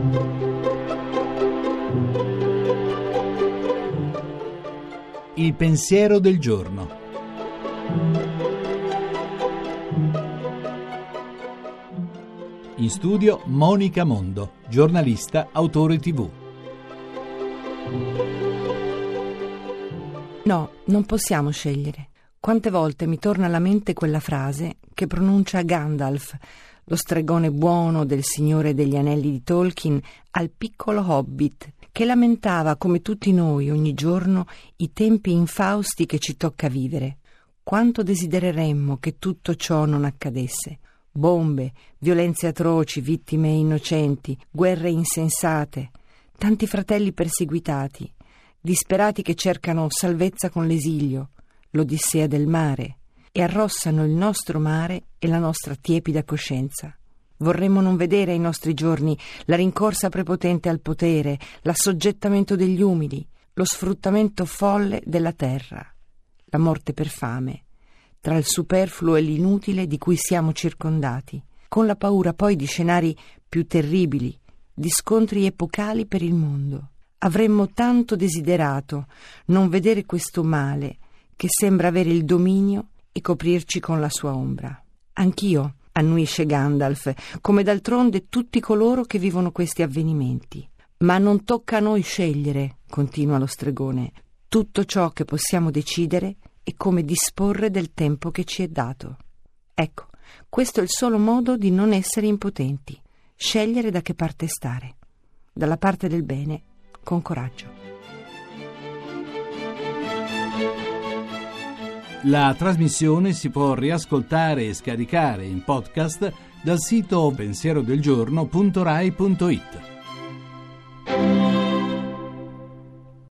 Il pensiero del giorno. In studio Monica Mondo, giornalista, autore TV. No, non possiamo scegliere. Quante volte mi torna alla mente quella frase che pronuncia Gandalf, lo stregone buono del Signore degli Anelli di Tolkien, al piccolo Hobbit, che lamentava come tutti noi ogni giorno i tempi infausti che ci tocca vivere. Quanto desidereremmo che tutto ciò non accadesse. Bombe, violenze atroci, vittime innocenti, guerre insensate, tanti fratelli perseguitati, disperati che cercano salvezza con l'esilio, l'odissea del mare, e arrossano il nostro mare e la nostra tiepida coscienza. Vorremmo non vedere ai nostri giorni la rincorsa prepotente al potere, l'assoggettamento degli umili, lo sfruttamento folle della terra, la morte per fame, tra il superfluo e l'inutile di cui siamo circondati, con la paura poi di scenari più terribili, di scontri epocali per il mondo. Avremmo tanto desiderato non vedere questo male che sembra avere il dominio e coprirci con la sua ombra. Anch'io, annuisce Gandalf, come d'altronde tutti coloro che vivono questi avvenimenti. Ma non tocca a noi scegliere, continua lo stregone. Tutto ciò che possiamo decidere è come disporre del tempo che ci è dato. Ecco, questo è il solo modo di non essere impotenti. Scegliere da che parte stare. Dalla parte del bene, con coraggio. La trasmissione si può riascoltare e scaricare in podcast dal sito pensierodelgiorno.rai.it.